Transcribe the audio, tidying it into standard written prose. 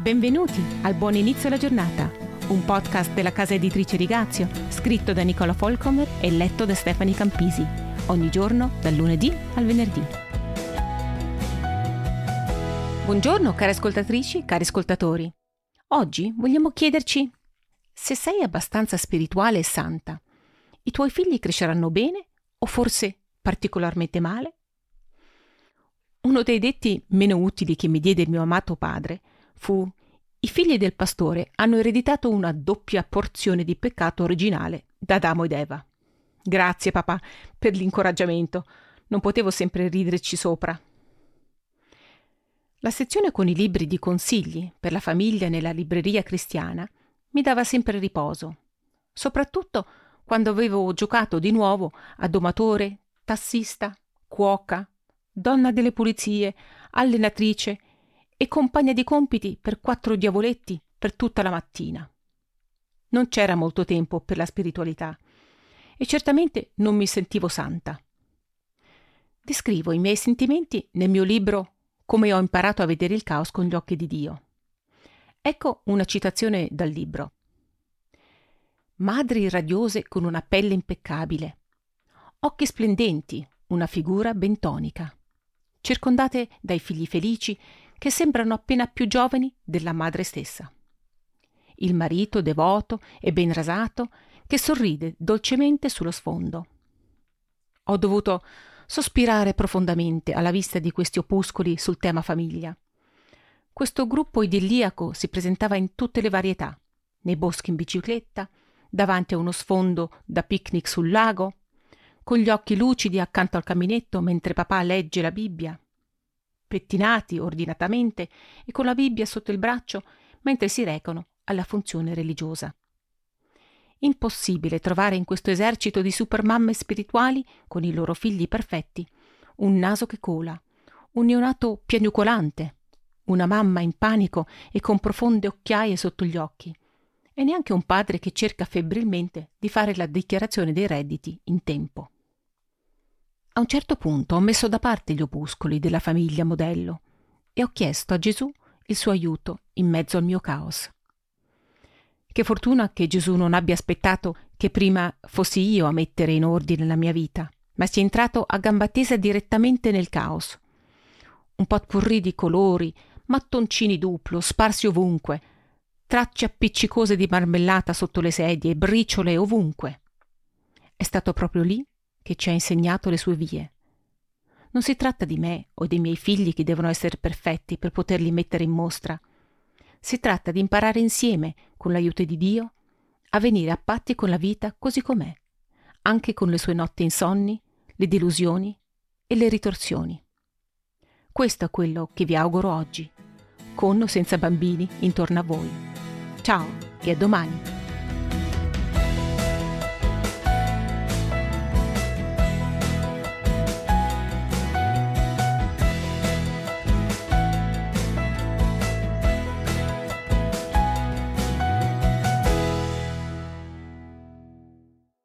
Benvenuti al Buon Inizio alla Giornata, un podcast della casa editrice Rigazio, scritto da Nicola Folcomer e letto da Stefani Campisi, ogni giorno dal lunedì al venerdì. Buongiorno cari ascoltatrici, cari ascoltatori. Oggi vogliamo chiederci: se sei abbastanza spirituale e santa, i tuoi figli cresceranno bene o forse particolarmente male? Uno dei detti meno utili che mi diede il mio amato padre fu: i figli del pastore hanno ereditato una doppia porzione di peccato originale da Adamo ed Eva. Grazie papà per l'incoraggiamento, non potevo sempre riderci sopra. La sezione con i libri di consigli per la famiglia nella libreria cristiana mi dava sempre riposo, soprattutto quando avevo giocato di nuovo a domatore, tassista, cuoca, donna delle pulizie, allenatrice e compagna di compiti per 4 diavoletti per tutta la mattina. Non c'era molto tempo per la spiritualità e certamente non mi sentivo santa. Descrivo i miei sentimenti nel mio libro Come ho imparato a vedere il caos con gli occhi di Dio. Ecco una citazione dal libro. Madri radiose con una pelle impeccabile, occhi splendenti, una figura bentonica, circondate dai figli felici che sembrano appena più giovani della madre stessa. Il marito devoto e ben rasato che sorride dolcemente sullo sfondo. Ho dovuto sospirare profondamente alla vista di questi opuscoli sul tema famiglia. Questo gruppo idilliaco si presentava in tutte le varietà, nei boschi in bicicletta, davanti a uno sfondo da picnic sul lago, con gli occhi lucidi accanto al caminetto mentre papà legge la Bibbia, pettinati ordinatamente e con la Bibbia sotto il braccio mentre si recano alla funzione religiosa. Impossibile trovare in questo esercito di supermamme spirituali, con i loro figli perfetti, un naso che cola, un neonato piagnucolante, una mamma in panico e con profonde occhiaie sotto gli occhi, e neanche un padre che cerca febbrilmente di fare la dichiarazione dei redditi in tempo. A un certo punto ho messo da parte gli opuscoli della famiglia modello e ho chiesto a Gesù il suo aiuto in mezzo al mio caos. Che fortuna che Gesù non abbia aspettato che prima fossi io a mettere in ordine la mia vita, ma sia entrato a gamba tesa direttamente nel caos. Un potpourri di colori, mattoncini duplo sparsi ovunque, tracce appiccicose di marmellata sotto le sedie, briciole ovunque. È stato proprio lì che ci ha insegnato le sue vie. Non si tratta di me o dei miei figli che devono essere perfetti per poterli mettere in mostra. Si tratta di imparare insieme, con l'aiuto di Dio, a venire a patti con la vita così com'è, anche con le sue notti insonni, le delusioni e le ritorsioni. Questo è quello che vi auguro oggi, con o senza bambini intorno a voi. Ciao e a domani!